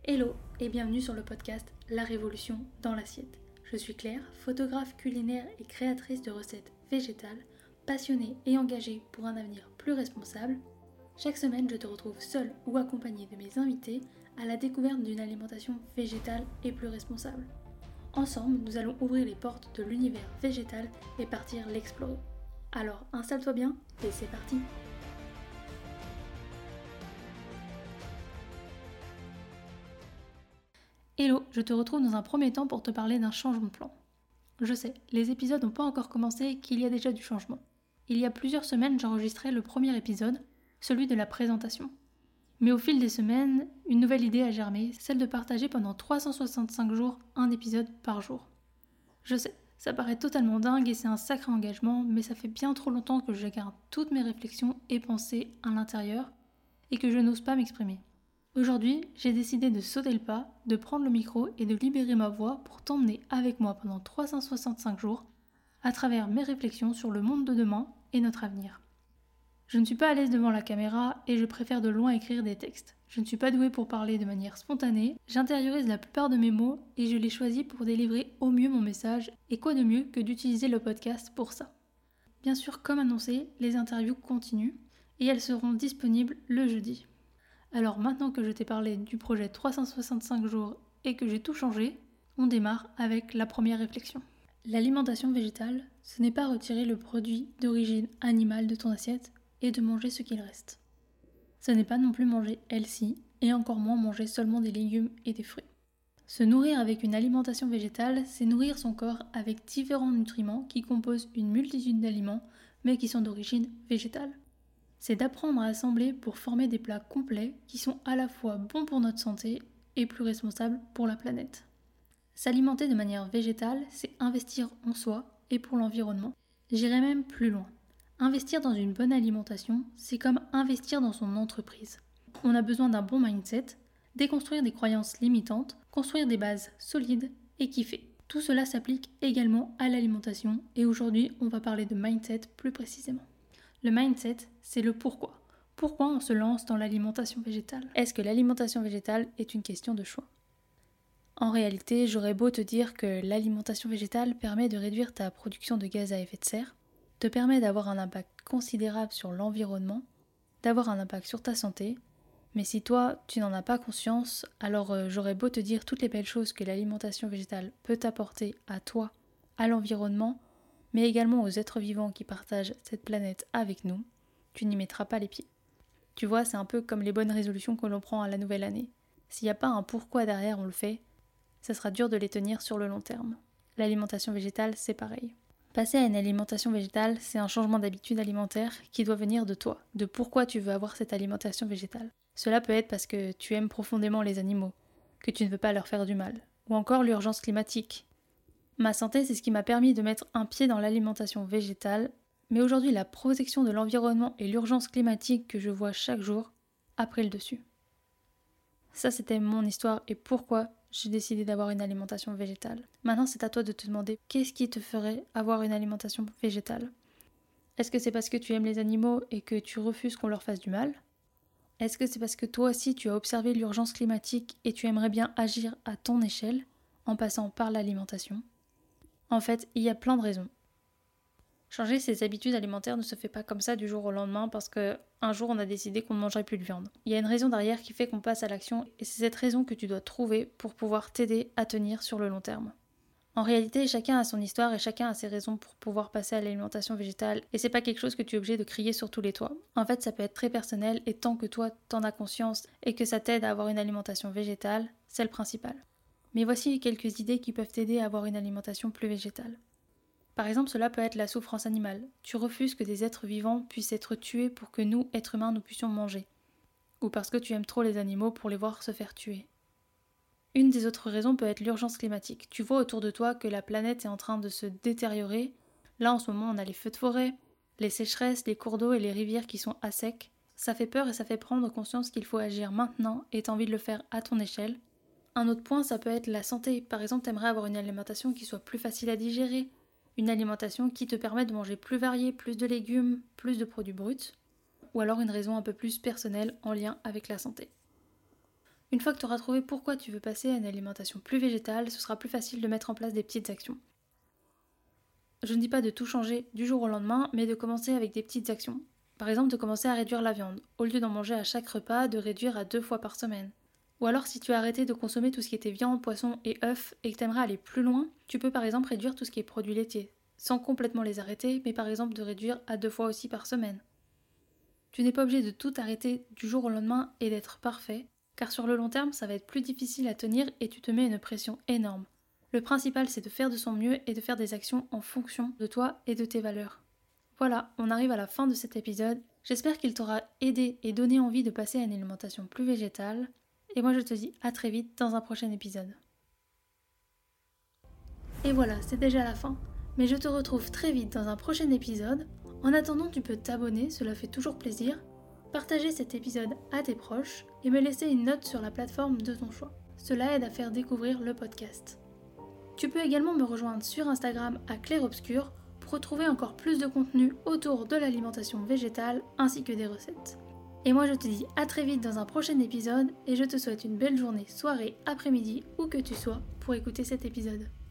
Hello et bienvenue sur le podcast La Révolution dans l'assiette. Je suis Claire, photographe culinaire et créatrice de recettes végétales, passionnée et engagée pour un avenir plus responsable. Chaque semaine, je te retrouve seule ou accompagnée de mes invités à la découverte d'une alimentation végétale et plus responsable. Ensemble, nous allons ouvrir les portes de l'univers végétal et partir l'explorer. Alors installe-toi bien et c'est parti! Hello, je te retrouve dans un premier temps pour te parler d'un changement de plan. Je sais, les épisodes n'ont pas encore commencé et qu'il y a déjà du changement. Il y a plusieurs semaines, j'enregistrais le premier épisode, celui de la présentation. Mais au fil des semaines, une nouvelle idée a germé, celle de partager pendant 365 jours un épisode par jour. Je sais, ça paraît totalement dingue et c'est un sacré engagement, mais ça fait bien trop longtemps que je garde toutes mes réflexions et pensées à l'intérieur et que je n'ose pas m'exprimer. Aujourd'hui, j'ai décidé de sauter le pas, de prendre le micro et de libérer ma voix pour t'emmener avec moi pendant 365 jours à travers mes réflexions sur le monde de demain et notre avenir. Je ne suis pas à l'aise devant la caméra et je préfère de loin écrire des textes. Je ne suis pas douée pour parler de manière spontanée, j'intériorise la plupart de mes mots et je les choisis pour délivrer au mieux mon message et quoi de mieux que d'utiliser le podcast pour ça. Bien sûr, comme annoncé, les interviews continuent et elles seront disponibles le jeudi. Alors maintenant que je t'ai parlé du projet 365 jours et que j'ai tout changé, on démarre avec la première réflexion. L'alimentation végétale, ce n'est pas retirer le produit d'origine animale de ton assiette et de manger ce qu'il reste. Ce n'est pas non plus manger healthy et encore moins manger seulement des légumes et des fruits. Se nourrir avec une alimentation végétale, c'est nourrir son corps avec différents nutriments qui composent une multitude d'aliments mais qui sont d'origine végétale. C'est d'apprendre à assembler pour former des plats complets qui sont à la fois bons pour notre santé et plus responsables pour la planète. S'alimenter de manière végétale, c'est investir en soi et pour l'environnement. J'irai même plus loin. Investir dans une bonne alimentation, c'est comme investir dans son entreprise. On a besoin d'un bon mindset, déconstruire des croyances limitantes, construire des bases solides et kiffer. Tout cela s'applique également à l'alimentation et aujourd'hui, on va parler de mindset plus précisément. Le mindset, c'est le pourquoi. Pourquoi on se lance dans l'alimentation végétale ? Est-ce que l'alimentation végétale est une question de choix ? En réalité, j'aurais beau te dire que l'alimentation végétale permet de réduire ta production de gaz à effet de serre, te permet d'avoir un impact considérable sur l'environnement, d'avoir un impact sur ta santé, mais si toi, tu n'en as pas conscience, alors j'aurais beau te dire toutes les belles choses que l'alimentation végétale peut t'apporter à toi, à l'environnement, mais également aux êtres vivants qui partagent cette planète avec nous, tu n'y mettras pas les pieds. Tu vois, c'est un peu comme les bonnes résolutions que l'on prend à la nouvelle année. S'il n'y a pas un pourquoi derrière on le fait, ça sera dur de les tenir sur le long terme. L'alimentation végétale, c'est pareil. Passer à une alimentation végétale, c'est un changement d'habitude alimentaire qui doit venir de toi, de pourquoi tu veux avoir cette alimentation végétale. Cela peut être parce que tu aimes profondément les animaux, que tu ne veux pas leur faire du mal, ou encore l'urgence climatique. Ma santé, c'est ce qui m'a permis de mettre un pied dans l'alimentation végétale, mais aujourd'hui la protection de l'environnement et l'urgence climatique que je vois chaque jour a pris le dessus. Ça, c'était mon histoire et pourquoi j'ai décidé d'avoir une alimentation végétale. Maintenant, c'est à toi de te demander qu'est-ce qui te ferait avoir une alimentation végétale. Est-ce que c'est parce que tu aimes les animaux et que tu refuses qu'on leur fasse du mal ? Est-ce que c'est parce que toi aussi tu as observé l'urgence climatique et tu aimerais bien agir à ton échelle, en passant par l'alimentation ? En fait, il y a plein de raisons. Changer ses habitudes alimentaires ne se fait pas comme ça du jour au lendemain parce qu'un jour on a décidé qu'on ne mangerait plus de viande. Il y a une raison derrière qui fait qu'on passe à l'action et c'est cette raison que tu dois trouver pour pouvoir t'aider à tenir sur le long terme. En réalité, chacun a son histoire et chacun a ses raisons pour pouvoir passer à l'alimentation végétale et c'est pas quelque chose que tu es obligé de crier sur tous les toits. En fait, ça peut être très personnel et tant que toi t'en as conscience et que ça t'aide à avoir une alimentation végétale, c'est le principal. Mais voici quelques idées qui peuvent t'aider à avoir une alimentation plus végétale. Par exemple, cela peut être la souffrance animale. Tu refuses que des êtres vivants puissent être tués pour que nous, êtres humains, nous puissions manger. Ou parce que tu aimes trop les animaux pour les voir se faire tuer. Une des autres raisons peut être l'urgence climatique. Tu vois autour de toi que la planète est en train de se détériorer. Là, en ce moment, on a les feux de forêt, les sécheresses, les cours d'eau et les rivières qui sont à sec. Ça fait peur et ça fait prendre conscience qu'il faut agir maintenant et t'as envie de le faire à ton échelle. Un autre point, ça peut être la santé. Par exemple, t'aimerais avoir une alimentation qui soit plus facile à digérer, une alimentation qui te permet de manger plus varié, plus de légumes, plus de produits bruts, ou alors une raison un peu plus personnelle en lien avec la santé. Une fois que tu auras trouvé pourquoi tu veux passer à une alimentation plus végétale, ce sera plus facile de mettre en place des petites actions. Je ne dis pas de tout changer du jour au lendemain, mais de commencer avec des petites actions. Par exemple, de commencer à réduire la viande. Au lieu d'en manger à chaque repas, de réduire à 2 fois par semaine. Ou alors, si tu as arrêté de consommer tout ce qui était viande, poisson et œufs et que tu aimerais aller plus loin, tu peux par exemple réduire tout ce qui est produits laitiers. Sans complètement les arrêter, mais par exemple de réduire à 2 fois aussi par semaine. Tu n'es pas obligé de tout arrêter du jour au lendemain et d'être parfait, car sur le long terme, ça va être plus difficile à tenir et tu te mets une pression énorme. Le principal, c'est de faire de son mieux et de faire des actions en fonction de toi et de tes valeurs. Voilà, on arrive à la fin de cet épisode. J'espère qu'il t'aura aidé et donné envie de passer à une alimentation plus végétale. Et moi, je te dis à très vite dans un prochain épisode. Et voilà, c'est déjà la fin. Mais je te retrouve très vite dans un prochain épisode. En attendant, tu peux t'abonner, cela fait toujours plaisir. Partager cet épisode à tes proches et me laisser une note sur la plateforme de ton choix. Cela aide à faire découvrir le podcast. Tu peux également me rejoindre sur Instagram à Clairobscur pour retrouver encore plus de contenu autour de l'alimentation végétale ainsi que des recettes. Et moi je te dis à très vite dans un prochain épisode et je te souhaite une belle journée, soirée, après-midi, où que tu sois pour écouter cet épisode.